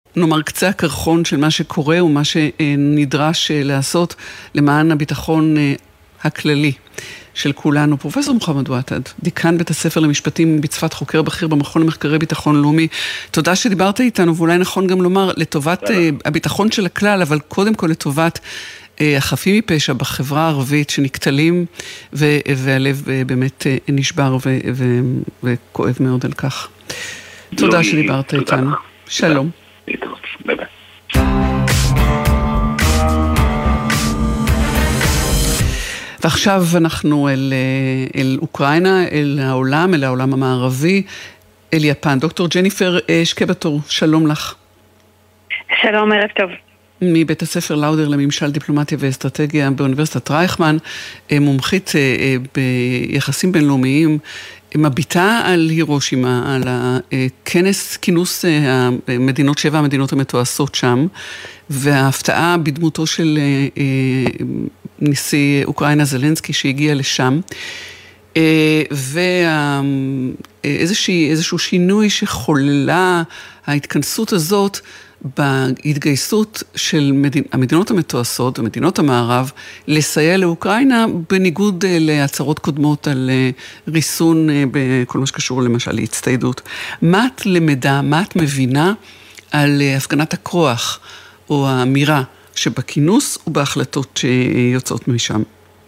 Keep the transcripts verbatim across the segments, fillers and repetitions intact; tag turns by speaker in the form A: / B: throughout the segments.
A: נאמר קצה הקרחון של מה שקורה ומה שנדרש לעשות למען הביטחון הכללי של כולנו. פרופסור מוחמד ועתד, דיקן בית הספר למשפטים בצפת, חוקר בכיר במכון למחקרי ביטחון לאומי, תודה שדיברת איתנו, ואולי נכון גם לומר לטובת הביטחון של הכלל, אבל קודם כל לטובת החפים מפשע בחברה הערבית שנקטלים, והלב באמת נשבר וכואב מאוד על כך. תודה שדיברת איתנו. שלום.
B: ביי ביי.
A: ועכשיו אנחנו אל, אל אוקראינה, אל העולם, אל העולם המערבי, אל יפן. דוקטור ג'ניפר שקבטור, שלום לך.
C: שלום, ערב טוב.
A: מבית הספר לאודר לממשל דיפלומטיה ואסטרטגיה באוניברסיטת רייכמן, מומחית ביחסים בינלאומיים, מביטה על הירושימה, על הכנס, כינוס המדינות, שבע המדינות המתועשות שם, וההפתעה בדמותו של נשיא אוקראינה זלנסקי שהגיע לשם, ואיזשהו שינוי שחוללה ההתכנסות הזאת בהתגייסות של מדינ... המדינות המתועשות ומדינות המערב לסייע לאוקראינה בניגוד להצהרות קודמות על ריסון בכל מה שקשור למשל להצטיידות. מה את למדה, מה את מבינה על הפגנת הכוח או האמירה שבכינוס ובהחלטות שיוצאות משם?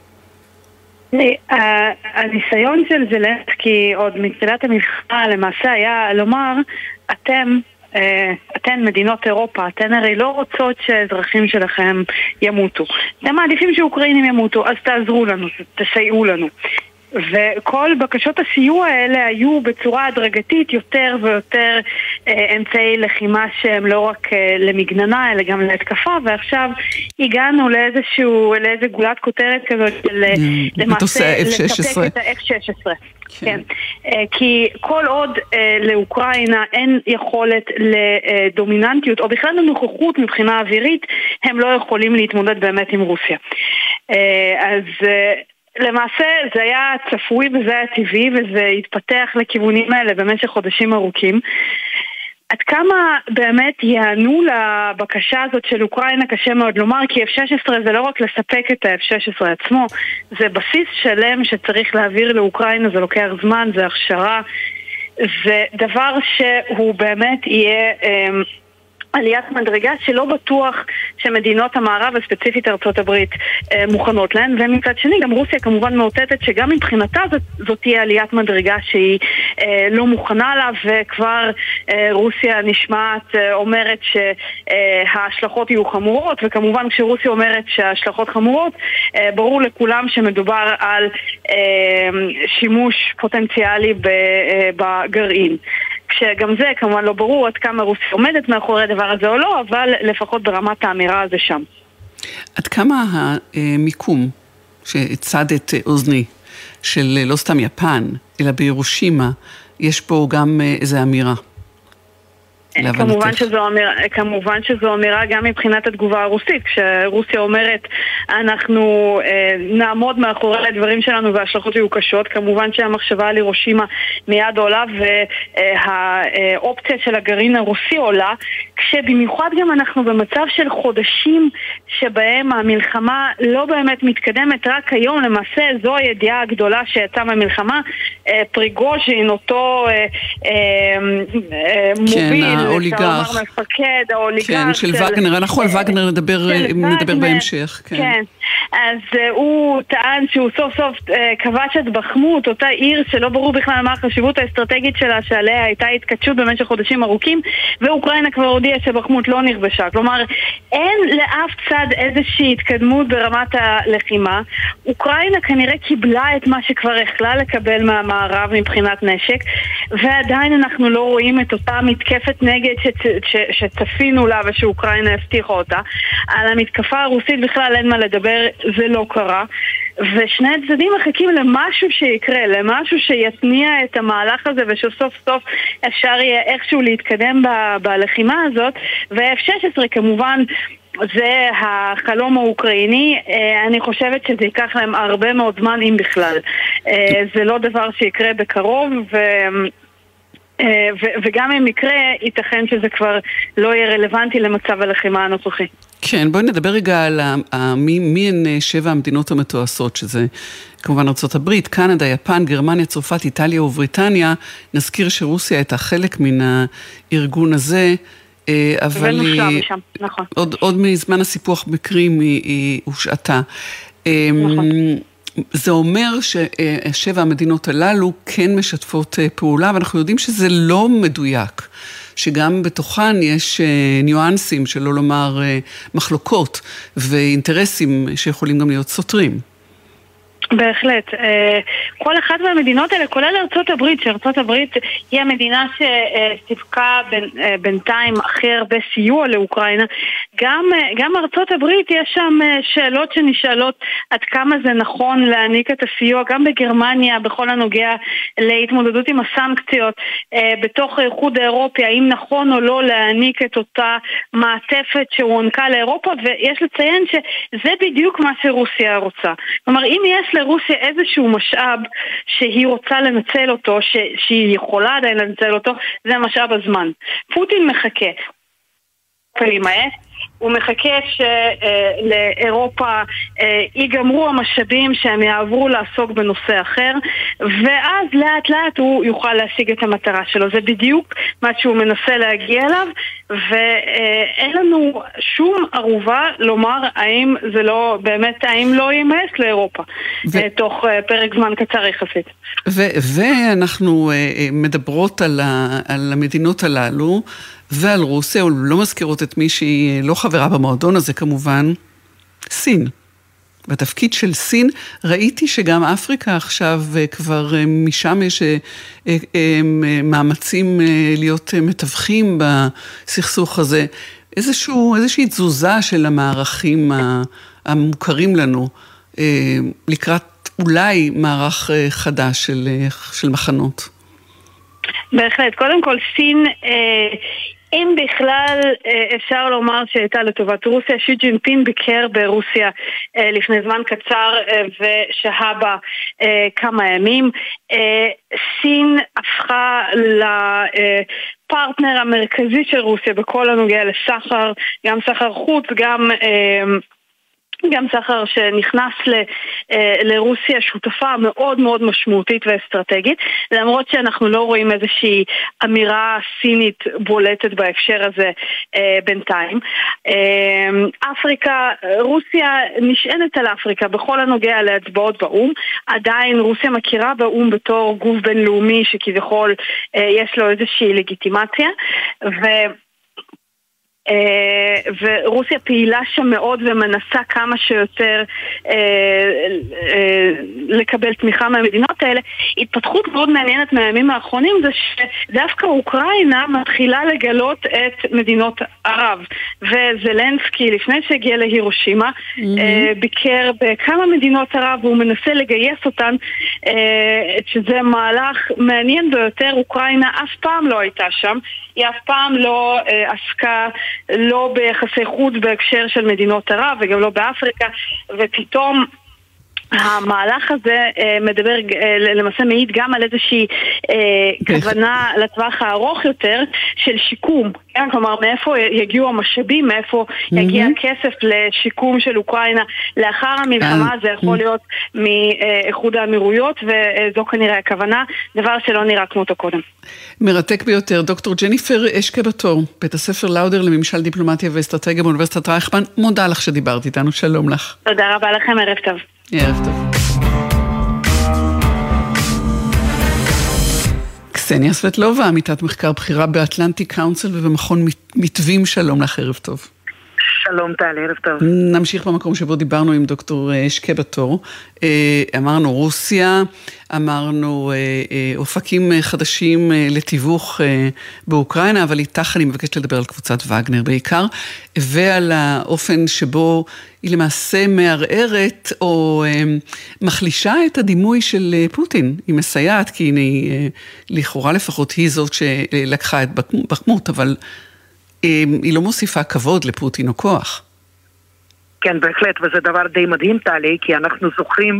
C: הניסיון של זלנסקי עוד מתחילת המלחמה למעשה היה לומר, אתם אתן מדינות אירופה, אתן הרי לא רוצות שהאזרחים שלכם ימותו. אתם מעדיפים שאוקראינים ימותו, אז תעזרו לנו, תסייעו לנו. וכל בקשות הסיוע האלה היו בצורה הדרגתית יותר ויותר אה, אמצעי לחימה שהם לא רק אה, למגננה אלא גם להתקפה, ועכשיו הגענו לאיזשהו, לאיזה גולת כותרת כזאת של למעשה לספק את ה-אף שש עשרה. כן. אה, כי כל עוד אה, לאוקראינה אין יכולת לדומיננטיות או בכלל לנוכחות מבחינה אווירית, הם לא יכולים להתמודד באמת עם רוסיה. אה, אז אה, למעשה זה היה צפוי וזה היה טבעי, וזה התפתח לכיוונים האלה במשך חודשים ארוכים. עד כמה באמת יענו לבקשה הזאת של אוקראינה קשה מאוד לומר, כי אף שש עשרה זה לא רק לספק את ה-אף שש עשרה עצמו, זה בסיס שלם שצריך להעביר לאוקראינה, זה לוקח זמן, זה הכשרה, זה דבר שהוא באמת יהיה עליית מדרגה שלא בטוח שמדינות המערב, וספציפית ארצות הברית, מוכנות להן, ומצד שני גם רוסיה כמובן מאותתת שגם מבחינתה זאת, זאת תהיה עליית מדרגה שהיא לא מוכנה לה, וכבר רוסיה נשמעת אומרת שההשלכות יהיו חמורות, וכמובן כשרוסיה אומרת שההשלכות חמורות, ברור לכולם שמדובר על שימוש פוטנציאלי בגרעין. כשגם זה כמובן לא ברור עד כמה רוסיה עומדת מאחורי הדבר הזה או לא, אבל לפחות ברמת האמירה הזה שם.
A: עד כמה המיקום שהצדת אוזני של לא סתם יפן, אלא בירושימה, יש פה גם איזו אמירה?
C: כמובן שזו אמירה, כמובן שזו אמירה גם מבחינת התגובה הרוסית, כשרוסיה אומרת אנחנו אה, נעמוד מאחורי הדברים שלנו וההשלכות יהיו קשות, כמובן שהמחשבה על הירושימה מיד עולה והאופציה של הגרעין הרוסי עולה, כשבמיוחד גם אנחנו במצב של חודשים שבהם המלחמה לא באמת מתקדמת. רק היום למעשה זו הידיעה הגדולה שיצאה מהמלחמה, אה, פריגוז'ין, אותו אה, אה, מוביל,
A: כן, האוליגרך.
C: מפקד, האוליגרך.
A: כן, של וגנר. אנחנו על וגנר נדבר בהמשך.
C: כן. אז הוא טען שהוא סוף סוף כבש את בחמות, אותה עיר שלא ברור בכלל מה החשיבות האסטרטגית שלה, שעליה הייתה התקדשות במשך חודשים ארוכים, ואוקראינה כבר הודיעה שבחמות לא נכבשה. כלומר, אין לאף צד איזושהי התקדמות ברמת הלחימה. אוקראינה כנראה קיבלה את מה שכבר יכלה לקבל מהמערב מבחינת נשק, ועדיין אנחנו לא רואים את אותה מתקפת נגד שצפינו לה ושאוקראינה הבטיחה אותה. על המתקפה הרוסית בכלל אין מה לדבר, זה לא קרה, ושני הצדדים מחכים למשהו שיקרה, למשהו שיתניע את המהלך הזה ושסוף סוף אפשר יהיה איכשהו להתקדם ב- בלחימה הזאת. ו-אף שש עשרה כמובן זה החלום האוקראיני. אני חושבת שזה ייקח להם הרבה מאוד זמן אם בכלל, זה לא דבר שיקרה בקרוב, ו... וגם אם מקרה, ייתכן שזה כבר לא יהיה רלוונטי למצב הלחימה הנוכחי.
A: כן, בואי נדבר רגע על מי, מי הן שבע המדינות המתועשות, שזה כמובן ארצות הברית, קנדה, יפן, גרמניה, צרפת, איטליה ובריטניה. נזכיר שרוסיה הייתה חלק מן הארגון הזה, אבל היא,
C: משם, נכון.
A: עוד, עוד מזמן הסיפוח בקרים היא, היא הושעתה. נכון. זה אומר ששבע המדינות הללו כן משתפות פעולה, ואנחנו יודעים שזה לא מדויק, שגם בתוכן יש ניואנסים, שלא לומר מחלוקות ואינטרסים שיכולים גם להיות סותרים.
C: בהחלט. כל אחת מהמדינות האלה, כולל ארצות הברית, שארצות הברית היא המדינה שסיפקה בינתיים הכי הרבה סיוע לאוקראינה, גם, גם ארצות הברית יש שם שאלות שנשאלות עד כמה זה נכון להעניק את הסיוע, גם בגרמניה, בכל הנוגע להתמודדות עם הסנקציות, בתוך האיחוד האירופי, האם נכון או לא להעניק את אותה מעטפת שהוענקה לאירופה, ויש לציין שזה בדיוק מה שרוסיה רוצה. כלומר, אם יש לרוסיה איזשהו משאב שהיא רוצה לנצל אותו, ש- שהיא יכולה עדיין לנצל אותו, זה המשאב הזמן. פוטין מחכה. הוא מחכה שלאירופה ייגמרו המשאבים שהם יעברו לעסוק בנושא אחר, ואז לאט לאט הוא יוכל להשיג את המטרה שלו. זה בדיוק מה שהוא מנסה להגיע אליו, ואין לנו שום ערובה לומר האם זה לא, באמת, האם לא יימאס לאירופה ו... תוך פרק זמן קצר יחסית.
A: ו- ואנחנו מדברות על, ה- על המדינות הללו, ועל רוסיה, לא מזכירות את מי שהיא לא חברה במועדון הזה כמובן, סין. בתפקיד של סין ראיתי שגם אפריקה עכשיו כבר משם יש מאמצים להיות מתווכים בסכסוך הזה. איזשהו, איזושהי תזוזה של המערכים המוכרים לנו לקראת אולי מערך חדש של, של מחנות.
C: בהחלט. קודם כל, סין, אם בכלל אפשר לומר שהייתה לטובת רוסיה, שי ג'ינפין ביקר ברוסיה לפני זמן קצר ושהה בה כמה ימים. סין הפכה לפרטנר המרכזי של רוסיה בכל הנוגע לסחר, גם סחר חוץ, גם... גם סחר שנכנס ל, לרוסיה שותפה מאוד מאוד משמעותית ואסטרטגית, למרות שאנחנו לא רואים איזושהי אמירה סינית בולטת בהקשר הזה בינתיים. אפריקה, רוסיה נשענת על אפריקה בכל הנוגע להצבעות באום, עדיין רוסיה מכירה באום בתור גוף בינלאומי שכביכול יש לו איזושהי לגיטימציה, ו... ורוסיה פעילה שם מאוד ומנסה כמה שיותר לקבל תמיכה מהמדינות האלה. התפתחות מאוד מעניינת מהימים האחרונים זה שדווקא אוקראינה מתחילה לגלות את מדינות ערב, וזלנסקי לפני שהגיע להירושימה ביקר בכמה מדינות ערב והוא מנסה לגייס אותן, שזה מהלך מעניין ביותר. אוקראינה אף פעם לא הייתה שם, היא אף פעם לא עסקה לא ביחסי חוץ בהקשר של מדינות ערב וגם לא באפריקה, ופתאום המהלך הזה מדבר, למעשה מעיד גם על איזושהי כוונה לטווח הארוך יותר של שיקום. כלומר, מאיפה יגיעו המשאבים, מאיפה יגיע הכסף לשיקום של אוקראינה לאחר המלחמה, זה יכול להיות מאיחוד האמירויות, וזו כנראה הכוונה, דבר שלא נראה כמותו קודם.
A: מרתק ביותר. דוקטור ג'ניפר אשקה-בתור, בית הספר לאודר לממשל דיפלומטיה ואסטרטגיה באוניברסיטת רייכמן, מודה לך שדיברת איתנו, שלום לך.
C: תודה רבה לכם, ערב טוב.
A: ערב טוב. קסניה סבטלובה, עמיתת מחקר בחירה באטלנטיק קאונסל ובמכון מתווים, שלום לך, ערב טוב.
B: שלום טל, ערב טוב.
A: נמשיך במקום שבו דיברנו עם דוקטור אשקה-בתור. אמרנו רוסיה, אמרנו אופקים חדשים לתיווך באוקראינה, אבל איתך אני מבקשת לדבר על קבוצת וגנר בעיקר, ועל האופן שבו היא למעשה מערערת או מחלישה את הדימוי של פוטין. היא מסייעת, כי הנה, לכאורה לפחות היא זאת שלקחה את בחמות, אבל היא לא מוסיפה כבוד לפוטין או כוח.
B: כן, בהחלט, וזה דבר די מדהים, טלי, כי אנחנו זוכרים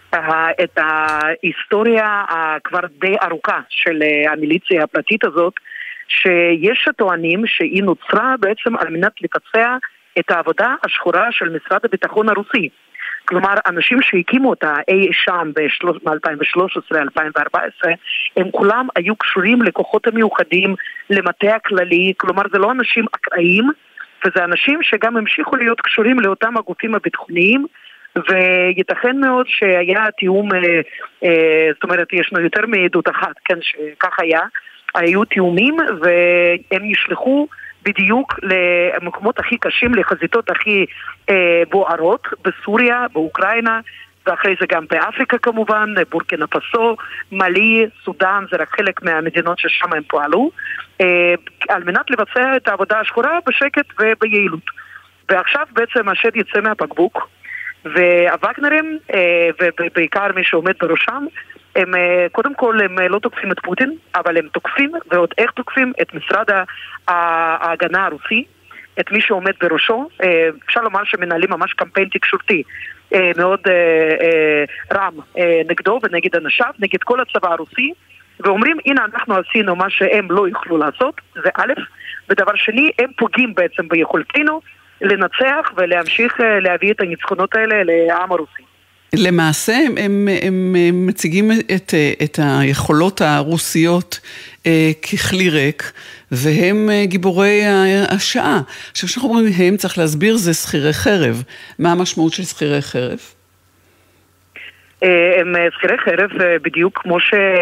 B: את ההיסטוריה כבר די ארוכה של המיליציה הפרטית הזאת, שיש טוענים שהיא נוצרה בעצם על מנת לבצע את העבודה השחורה של משרד הביטחון הרוסי. כלומר, אנשים שהקימו אותה אי שם ב-אלפיים ושלוש עשרה אלפיים וארבע עשרה, הם כולם היו קשורים לכוחות המיוחדים, למטה הכללי, כלומר זה לא אנשים אקראיים, וזה אנשים שגם המשיכו להיות קשורים לאותם הגופים הביטחוניים, וייתכן מאוד שהיה תיאום, אה, אה, זאת אומרת, ישנו יותר מעדות אחת, כן, שכך היה, היו תיאומים, והם נשלחו בדיוק למקומות הכי קשים, לחזיתות הכי אה, בוערות, בסוריה, באוקראינה, ואחרי זה גם באפריקה כמובן, בורקינה פאסו, מאלי, סודן, זה רק חלק מהמדינות ששם הם פועלו, אה, על מנת לבצע את העבודה השחורה בשקט וביעילות. ועכשיו בעצם השד יצא מהבקבוק, והווגנרים, ובעיקר מי שעומד בראשם, הם קודם כל הם לא תוקפים את פוטין, אבל הם תוקפים, ועוד איך תוקפים את משרד ההגנה הרוסי, את מי שעומד בראשו. אפשר לומר שמנהלים ממש קמפיין תקשורתי מאוד רם נגדו ונגד אנשיו, נגד כל הצבא הרוסי, ואומרים, הנה אנחנו עשינו מה שהם לא יוכלו לעשות, זה א', ודבר שני, הם פוגעים בעצם ביכולתנו לנצח ולהמשיך להביא את הניצחונות האלה לעם הרוסי.
A: למעשה הם, הם, הם מציגים את, את היכולות הרוסיות אה, ככלי ריק, והם אה, גיבורי השעה. עכשיו שאנחנו אומרים הם, צריך להסביר, זה שכירי חרב. מה המשמעות של שכירי חרב?
B: אה, הם שכירי חרב אה, בדיוק כמו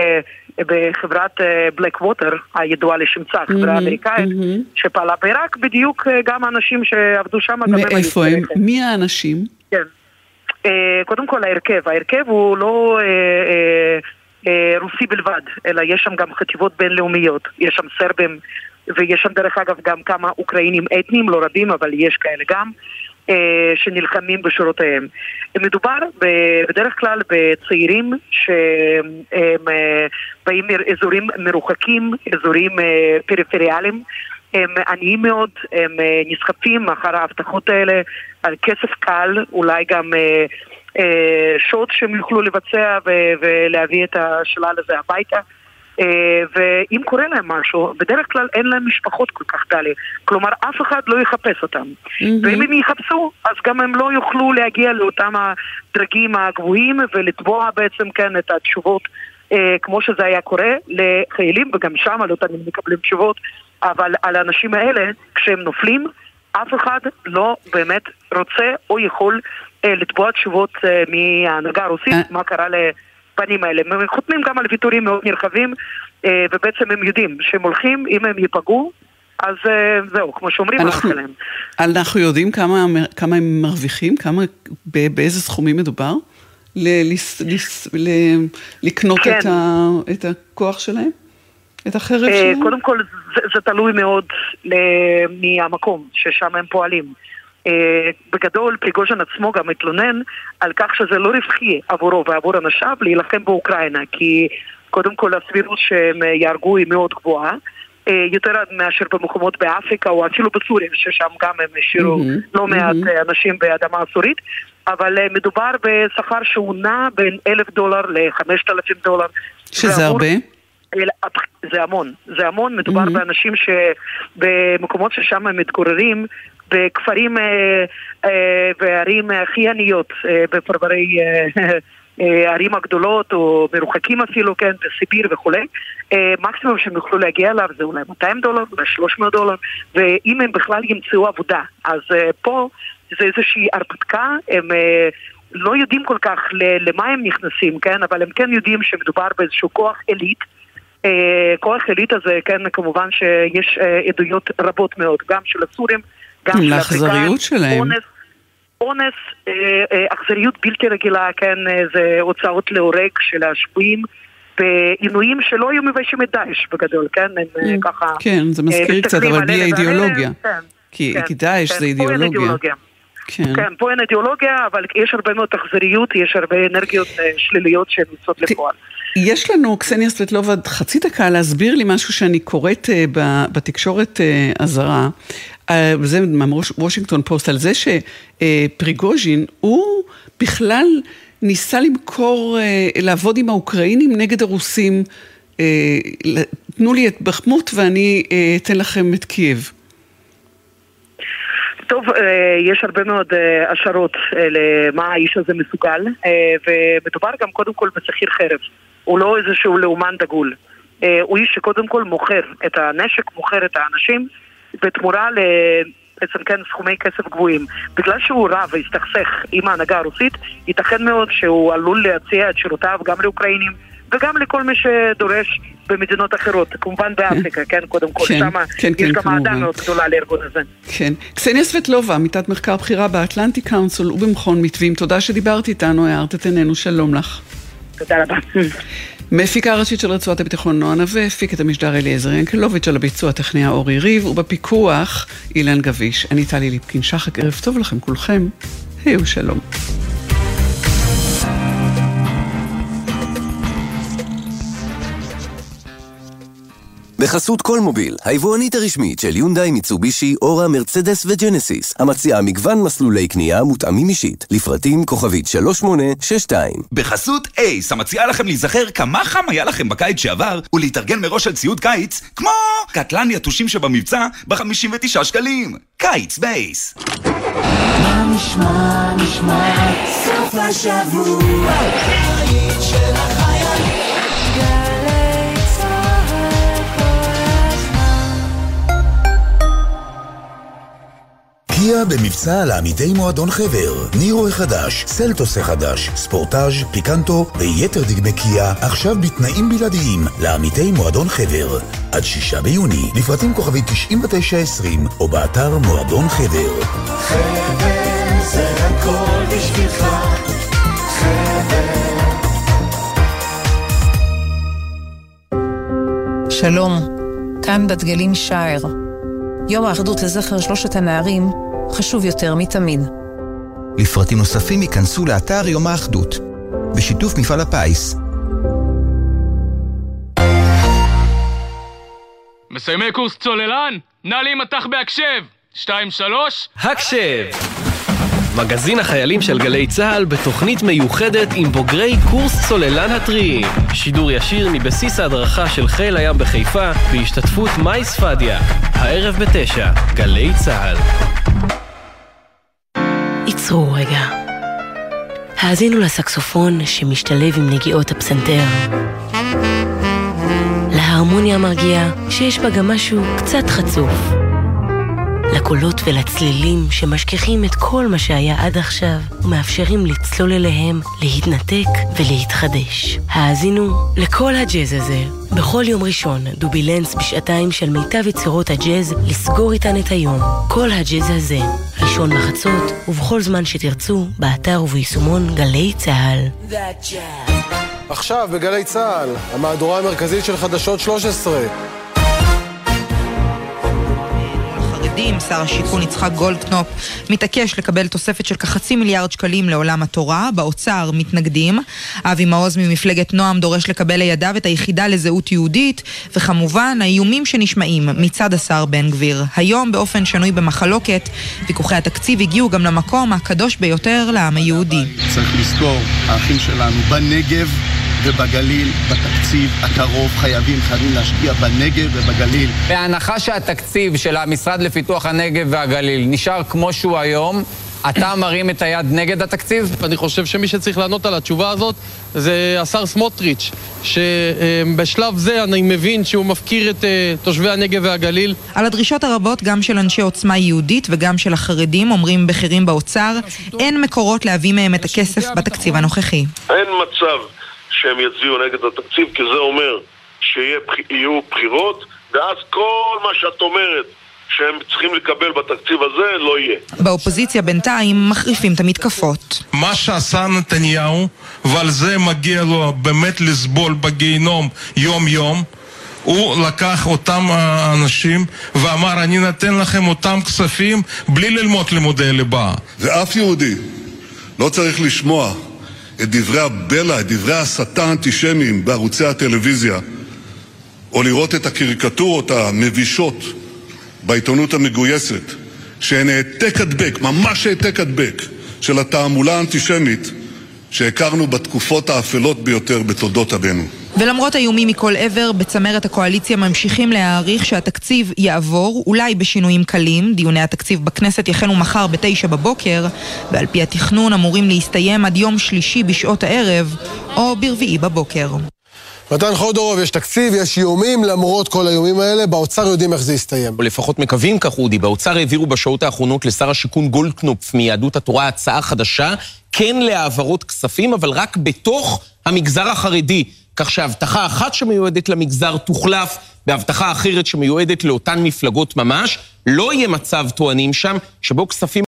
B: שבחברת בלק ווטר, הידועה לשמצה, חברה mm-hmm, אמריקאית, mm-hmm. שפעלה בעיראק, בדיוק אה, גם האנשים שעבדו שם.
A: מאיפה הם? מי האנשים?
B: כן. קודם כל ההרכב, ההרכב הוא לא רוסי בלבד, אלא יש שם גם חטיבות בינלאומיות, יש שם סרבים, ויש שם דרך אגב גם כמה אוקראינים אתניים, לא רבים, אבל יש כאלה גם, שנלחמים בשורותיהם. מדובר בדרך כלל בצעירים שהם באים מאזורים מרוחקים, אזורים פריפריאליים, הם עניים מאוד, הם נסחפים אחר ההבטחות האלה על כסף קל, אולי גם אה, אה, שוט שהם יוכלו לבצע ו- ולהביא את השלל הזה הביתה. אה, ואם קורה להם משהו, בדרך כלל אין להם משפחות כל כך דלי, כלומר אף אחד לא יחפש אותם. Mm-hmm. ואם הם יחפשו, אז גם הם לא יוכלו להגיע לאותם הדרגים הגבוהים ולתבוע בעצם כן את התשובות אה, כמו שזה היה קורה לחיילים, וגם שם על אותם הם מקבלים תשובות, אבל על האנשים האלה, כשהם נופלים, אף אחד לא באמת רוצה או יכול אה, לתבוע תשובות אה, מההנהגה הרוסית, אה. מה קרה לפנים האלה. הם חותמים גם על ויתורים מאוד נרחבים, אה, ובעצם הם יודעים שהם הולכים, אם הם ייפגעו, אז אה, זהו, כמו שאומרים,
A: אנחנו,
B: אנחנו,
A: אנחנו יודעים כמה, כמה הם מרוויחים, כמה, באיזה סכומים מדובר? ל, לס, לס, ל, לקנות כן. את, ה, את הכוח שלהם? את החרב שלהם?
B: קודם כל, זה, זה תלוי מאוד מהמקום ששם הם פועלים. בגדול, פריגוז'ין עצמו גם מתלונן על כך שזה לא רווחי עבורו ועבור אנשיו להילחם באוקראינה, כי קודם כל הסבירות שהם יהרגו היא מאוד גבוהה, יותר מאשר במקומות באפריקה או אפילו בסוריה, ששם גם הם השאירו mm-hmm. לא מעט mm-hmm. אנשים באדמה הסורית, אבל מדובר בשכר שהוא נע בין אלף דולר לחמשת אלפים דולר.
A: שזה הרבה?
B: זה המון, זה המון, מדובר mm-hmm. באנשים שבמקומות ששם הם מתגוררים, בכפרים אה, אה, וערים הכי עניות, אה, בפרברי אה, אה, ערים הגדולות או מרוחקים אפילו, כן, בסיביר וכו'. אה, מקסימום שהם יוכלו להגיע אליו זה אולי מאתיים דולר, אולי שלוש מאות דולר, ואם הם בכלל ימצאו עבודה, אז אה, פה זה איזושהי הרפתקה, הם אה, לא יודעים כל כך למה הם נכנסים, כן, אבל הם כן יודעים שמדובר באיזשהו כוח אליט, כוח אליט הזה, כן, כמובן שיש עדויות רבות מאוד, גם של הסורים, גם של
A: האחזריות שלהם.
B: אונס, אונס, אכזריות בלתי רגילה, כן, זה הוצאות להורג של השבויים, בעינויים שלא היו מביישים את דאעש בגדול, כן, הם ככה...
A: כן, זה מזכיר קצת, אבל בלי האידיאולוגיה. כי דאעש זה אידיאולוגיה.
B: כן. כן, פה אין אידיאולוגיה, אבל יש הרבה מאוד אכזריות, יש הרבה אנרגיות שליליות שהן יוצאות לפועל.
A: יש לנו, קסניה סבטלובה, חצי דקה להסביר לי משהו שאני קוראת בתקשורת הזרה, וזה מהוושינגטון פוסט, על זה שפריגוז'ין הוא בכלל ניסה למכור, לעבוד עם האוקראינים נגד הרוסים, תנו לי את בחמות ואני אתן לכם את קייב.
B: טוב, יש הרבה מאוד השערות למה האיש הזה מסוגל, ומדובר גם קודם כל בסחיר חרב. הוא לא איזשהו לאומן דגול. הוא איש שקודם כל מוכר את הנשק, מוכר את האנשים, בתמורה בעצם כן סכומי כסף גבוהים. בגלל שהוא רב והסתכסך עם ההנהגה הרוסית, ייתכן מאוד שהוא עלול להציע את שירותיו גם לאוקראינים, וגם לכל מי שדורש במדינות אחרות, כמובן באפריקה, כן, קודם כל, שם יש גם אהדה מאוד גדולה לארגון הזה.
A: כן. קסניה סבטלובה, עמיתת מחקר בחירה באטלנטיק קאונסל ובמכון מתווים, תודה שדיברת איתנו, הערת את עינינו, שלום לך.
B: תודה רבה.
A: מפיקה הראשית של רצועת הביטחון נועה נווה, הפיק את המשדר אליעזר ינקלוביץ', על הביצוע הטכניה אורי ריב, ובפיקוח אילן גביש. אני טלי ליפקין שחק, ערב טוב לכם כולכם, היו שלום.
D: בחסות כל מוביל, היבואנית הרשמית של יונדאי, מיצובישי, אורה, מרצדס וג'נסיס, המציעה מגוון מסלולי קנייה מותאמים אישית, לפרטים כוכבית שלוש שמונה שש שתיים.
E: בחסות אייס, המציעה לכם להיזכר כמה חם היה לכם בקיץ שעבר, ולהתארגן מראש על ציוד קיץ, כמו קטלן יתושים שבמבצע ב-חמישים ותשעה שקלים. קיץ בייס.
F: מה נשמע, נשמע, סוף השבוע, קיץ של החיילים.
G: קיה במבצע לעמיתי מועדון חבר, נירו החדש, סלטוס החדש, ספורטאז', פיקנטו ויתר דגמי קיה, עכשיו בתנאים בלעדיים לעמיתי מועדון חבר. עד שישה ביוני, לפרטים כוכבי תשעים ותשע עשרים או באתר מועדון חבר.
F: חבר זה הכל בשבילך, חבר.
H: שלום, כאן בת גלים שער. יום האחדות לזכר שלושת הנערים חשוב יותר מתמיד.
I: לפרטים נוספים ייכנסו לאתר יום האחדות, בשיתוף מפעל הפיס.
J: מסיימי קורס צוללן, נא להימתח בהקשב. שתיים שלוש,
K: הקשב. מגזין החיילים של גלי צהל בתוכנית מיוחדת עם בוגרי קורס צוללן הטריים. שידור ישיר מבסיס ההדרכה של חיל הים בחיפה בהשתתפות מאי ספדיה. הערב בתשע, גלי צהל.
L: עצרו רגע. האזינו לסקסופון שמשתלב עם נגיעות הפסנתר. להרמוניה המרגיעה שיש בה גם משהו קצת חצוף. לקולות ולצלילים שמשכיחים את כל מה שהיה עד עכשיו ומאפשרים לצלול אליהם, להתנתק ולהתחדש. האזינו לכל הג'אז הזה. בכל יום ראשון דובילנס בשעתיים של מיטב יצירות הג'אז, לסגור איתן את היום. כל הג'אז הזה, ראשון בחצות ובכל זמן שתרצו, באתר וביישומון גלי צהל.
M: עכשיו בגלי צהל, המהדורה המרכזית של חדשות שלוש עשרה.
N: שר השיכון יצחק גולדקנופ מתעקש לקבל תוספת של כחצי מיליארד שקלים לעולם התורה, באוצר מתנגדים. אבי מעוז ממפלגת נועם דורש לקבל לידיו את היחידה לזהות יהודית, וכמובן האיומים שנשמעים מצד השר בן גביר. היום באופן שנוי במחלוקת, ויכוחי התקציב הגיעו גם למקום הקדוש ביותר לעם היהודי.
O: צריך לזכור, האחים שלנו בנגב ובגליל, בתקציב הקרוב חייבים חייבים להשקיע בנגב ובגליל.
P: בהנחה שהתקציב של המשרד לפיתוח הנגב והגליל נשאר כמו שהוא היום, אתה מרים את היד נגד התקציב?
Q: אני חושב שמי שצריך לענות על התשובה הזאת זה השר סמוטריץ', שבשלב זה אני מבין שהוא מפקיר את תושבי הנגב והגליל.
N: על הדרישות הרבות גם של אנשי עוצמה יהודית וגם של החרדים, אומרים בכירים באוצר, אין מקורות להביא מהם את הכסף בתקציב הנוכחי.
R: אין מצב שהם יצביעו נגד התקציב, כי זה אומר שיהיו בחירות, ואז כל מה שאת אומרת שהם צריכים לקבל בתקציב הזה לא יהיה.
N: באופוזיציה בינתיים מחריפים את המתקפות.
S: מה שעשה נתניהו, ועל זה מגיע לו באמת לסבול בגיהנום יום יום, הוא לקח אותם אנשים ואמר, אני נתן לכם אותם כספים בלי ללמוד לימודי ליבה.
T: ואף יהודי לא צריך לשמוע את דברי הבלע, את דברי הסתה האנטישמיים בערוצי הטלוויזיה, או לראות את הקריקטורות המבישות בעיתונות המגויסת, שהן העתק הדבק, ממש העתק הדבק, של התעמולה האנטישמית שהכרנו בתקופות האפלות ביותר בתולדות עמנו.
N: ולמרות האיומים מכל עבר, בצמרת הקואליציה ממשיכים להעריך שהתקציב יעבור, אולי בשינויים קלים. דיוני התקציב בכנסת יחלו מחר בתשע בבוקר, ועל פי התכנון אמורים להסתיים עד יום שלישי בשעות הערב, או ברביעי בבוקר.
M: מתן חודורוב, יש תקציב, יש איומים, למרות כל האיומים האלה, באוצר יודעים איך זה יסתיים.
U: או לפחות מקווים כך, אודי. באוצר העבירו בשעות האחרונות לשר השיכון גולדקנופ מיהדות התורה הצעה חדשה, כן להעברות כספים, אבל רק בתוך המגזר החרדי. כך שהבטחה אחת שמיועדת למגזר תוחלף בהבטחה אחרת שמיועדת לאותן מפלגות ממש. לא יהיה מצב, טוענים שם, שבו כספים